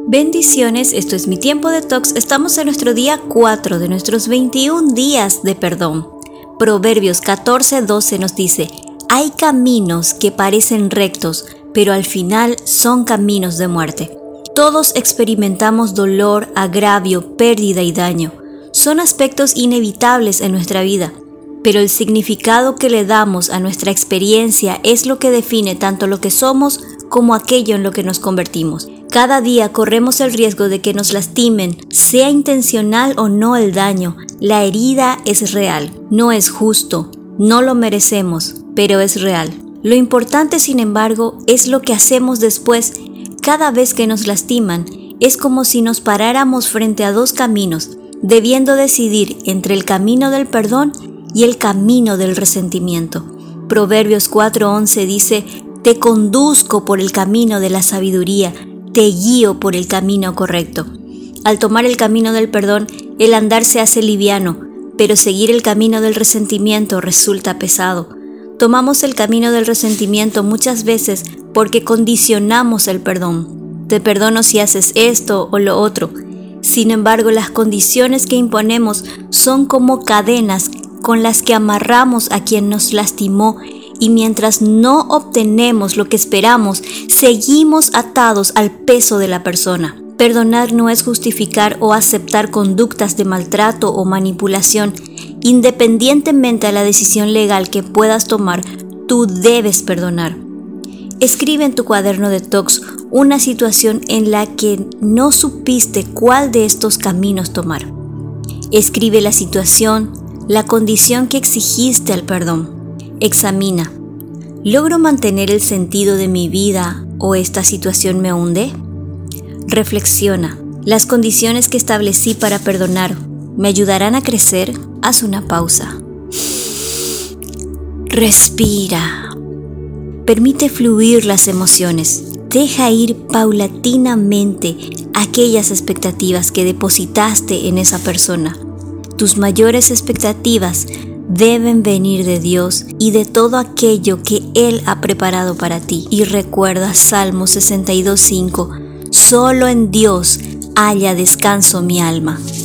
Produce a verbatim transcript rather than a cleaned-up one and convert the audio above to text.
Bendiciones, esto es Mi Tiempo Detox. Estamos en nuestro día cuatro de nuestros veintiún días de perdón. Proverbios catorce doce nos dice: hay caminos que parecen rectos, pero al final son caminos de muerte. Todos experimentamos dolor, agravio, pérdida y daño. Son aspectos inevitables en nuestra vida, pero el significado que le damos a nuestra experiencia es lo que define tanto lo que somos como aquello en lo que nos convertimos. Cada día corremos el riesgo de que nos lastimen, sea intencional o no el daño. La herida es real, no es justo, no lo merecemos, pero es real. Lo importante, sin embargo, es lo que hacemos después. Cada vez que nos lastiman, es como si nos paráramos frente a dos caminos, debiendo decidir entre el camino del perdón y el camino del resentimiento. Proverbios cuatro once dice: te conduzco por el camino de la sabiduría, te guío por el camino correcto. Al tomar el camino del perdón, el andar se hace liviano, pero seguir el camino del resentimiento resulta pesado. Tomamos el camino del resentimiento muchas veces porque condicionamos el perdón. Te perdono si haces esto o lo otro. Sin embargo, las condiciones que imponemos son como cadenas con las que amarramos a quien nos lastimó, y mientras no obtenemos lo que esperamos, seguimos atados al peso de la persona. Perdonar no es justificar o aceptar conductas de maltrato o manipulación. Independientemente de la decisión legal que puedas tomar, tú debes perdonar. Escribe en tu cuaderno detox una situación en la que no supiste cuál de estos caminos tomar. Escribe la situación, la condición que exigiste al perdón. Examina: ¿logro mantener el sentido de mi vida o esta situación me hunde? Reflexiona: ¿las condiciones que establecí para perdonar me ayudarán a crecer? Haz una pausa. Respira. Permite fluir las emociones. Deja ir paulatinamente aquellas expectativas que depositaste en esa persona. Tus mayores expectativas deben venir de Dios y de todo aquello que Él ha preparado para ti. Y recuerda Salmo sesenta y dos cinco: solo en Dios haya descanso mi alma.